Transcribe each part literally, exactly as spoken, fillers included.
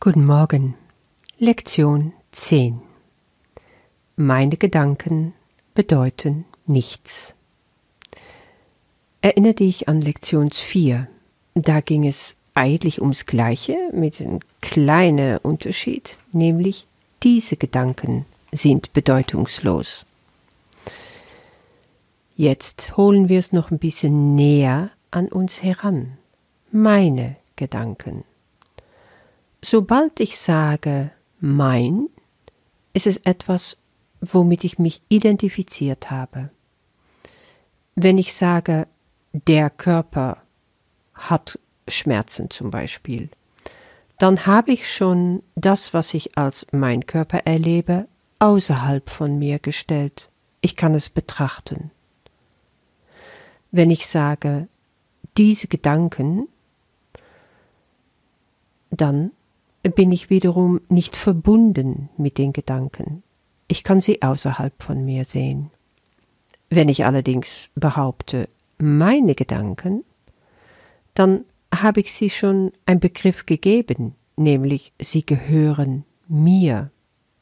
Guten Morgen. Lektion zehn. Meine Gedanken bedeuten nichts. Erinnere dich an Lektion vier. Da ging es eigentlich ums Gleiche mit einem kleinen Unterschied, nämlich diese Gedanken sind bedeutungslos. Jetzt holen wir es noch ein bisschen näher an uns heran. Meine Gedanken. Sobald ich sage mein, ist es etwas, womit ich mich identifiziert habe. Wenn ich sage, der Körper hat Schmerzen zum Beispiel, dann habe ich schon das, was ich als mein Körper erlebe, außerhalb von mir gestellt. Ich kann es betrachten. Wenn ich sage, diese Gedanken, dann bin ich wiederum nicht verbunden mit den Gedanken. Ich kann sie außerhalb von mir sehen. Wenn ich allerdings behaupte, meine Gedanken, dann habe ich sie schon einen Begriff gegeben, nämlich sie gehören mir.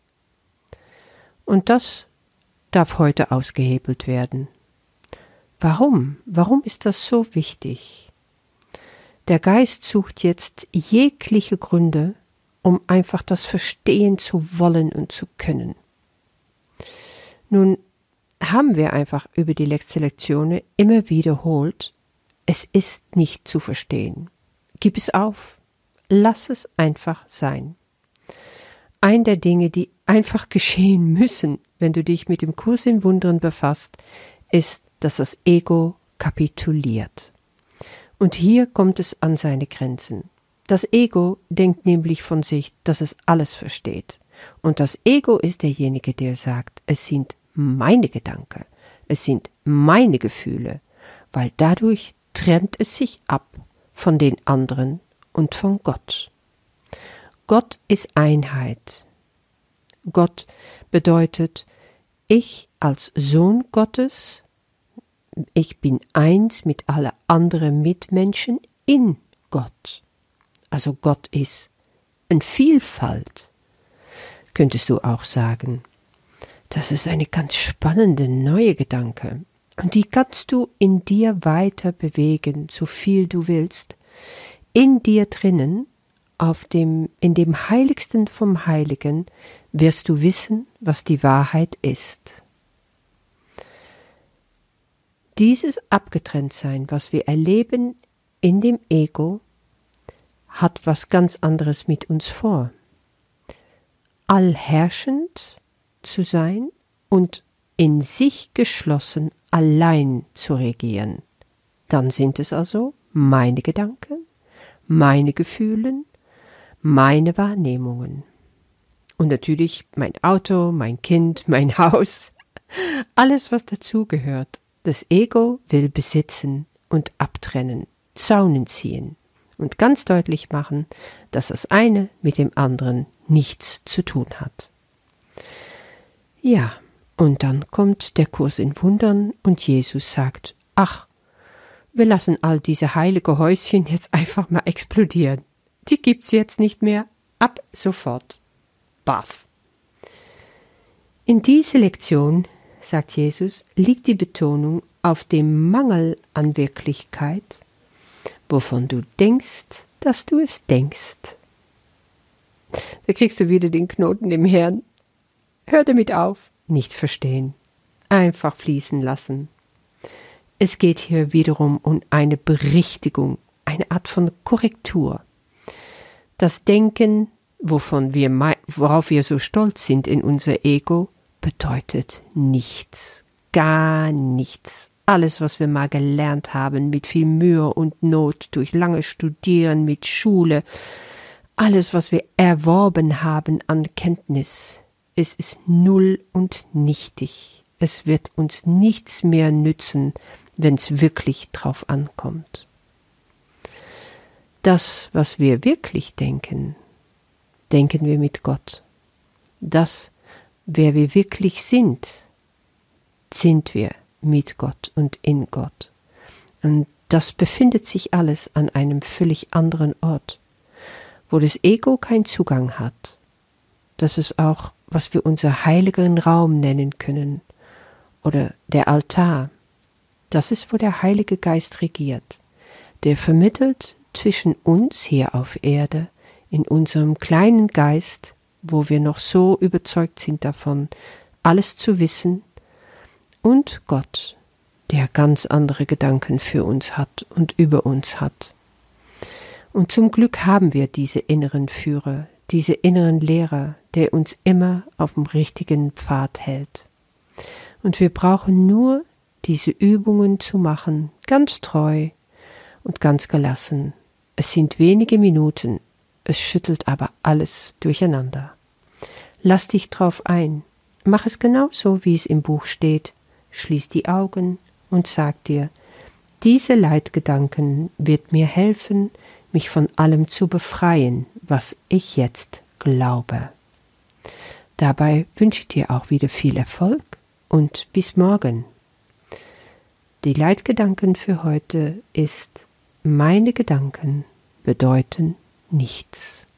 Und das darf heute ausgehebelt werden. Warum? Warum ist das so wichtig? Der Geist sucht jetzt jegliche Gründe, um einfach das verstehen zu wollen und zu können. Nun haben wir einfach über die letzte Lektion immer wiederholt, es ist nicht zu verstehen. Gib es auf. Lass es einfach sein. Eine der Dinge, die einfach geschehen müssen, wenn du dich mit dem Kurs in Wundern befasst, ist, dass das Ego kapituliert. Und hier kommt es an seine Grenzen. Das Ego denkt nämlich von sich, dass es alles versteht. Und das Ego ist derjenige, der sagt, es sind meine Gedanken, es sind meine Gefühle, weil dadurch trennt es sich ab von den anderen und von Gott. Gott ist Einheit. Gott bedeutet, ich als Sohn Gottes, ich bin eins mit allen anderen Mitmenschen in Gott. Also Gott ist eine Vielfalt, könntest du auch sagen. Das ist eine ganz spannende neue Gedanke. Und die kannst du in dir weiter bewegen, so viel du willst. In dir drinnen, auf dem, in dem Heiligsten vom Heiligen, wirst du wissen, was die Wahrheit ist. Dieses Abgetrenntsein, was wir erleben in dem Ego, hat was ganz anderes mit uns vor. Allherrschend zu sein und in sich geschlossen allein zu regieren. Dann sind es also meine Gedanken, meine Gefühle, meine Wahrnehmungen. Und natürlich mein Auto, mein Kind, mein Haus, alles was dazugehört. Das Ego will besitzen und abtrennen, Zaunen ziehen und ganz deutlich machen, dass das eine mit dem anderen nichts zu tun hat. Ja, und dann kommt der Kurs in Wundern und Jesus sagt, ach, wir lassen all diese heilige Häuschen jetzt einfach mal explodieren. Die gibt's jetzt nicht mehr, ab sofort. Baff. In dieser Lektion, sagt Jesus, liegt die Betonung auf dem Mangel an Wirklichkeit, wovon du denkst, dass du es denkst. Da kriegst du wieder den Knoten im Hirn. Hör damit auf, nicht verstehen, einfach fließen lassen. Es geht hier wiederum um eine Berichtigung, eine Art von Korrektur. Das Denken, wovon wir, worauf wir so stolz sind in unser Ego, bedeutet nichts, gar nichts. Alles, was wir mal gelernt haben, mit viel Mühe und Not, durch lange Studieren, mit Schule, alles, was wir erworben haben an Kenntnis, es ist null und nichtig. Es wird uns nichts mehr nützen, wenn es wirklich drauf ankommt. Das, was wir wirklich denken, denken wir mit Gott. Das, wer wir wirklich sind, sind wir mit Gott und in Gott. Und das befindet sich alles an einem völlig anderen Ort. wo das Ego keinen Zugang hat. Das ist auch, was wir unser heiligen Raum nennen können oder der Altar. Das ist, wo der Heilige Geist regiert. Der vermittelt zwischen uns hier auf Erde, in unserem kleinen Geist, wo wir noch so überzeugt sind davon, alles zu wissen, und Gott, der ganz andere Gedanken für uns hat und über uns hat. Und zum Glück haben wir diese inneren Führer, diese inneren Lehrer, der uns immer auf dem richtigen Pfad hält. Und wir brauchen nur diese Übungen zu machen, ganz treu und ganz gelassen. Es sind wenige Minuten, es schüttelt aber alles durcheinander. Lass dich drauf ein, mach es genauso, wie es im Buch steht. Schließ die Augen und sag dir, diese Leitgedanken wird mir helfen, mich von allem zu befreien, was ich jetzt glaube. Dabei wünsche ich dir auch wieder viel Erfolg und bis morgen. Die Leitgedanken für heute ist, meine Gedanken bedeuten nichts.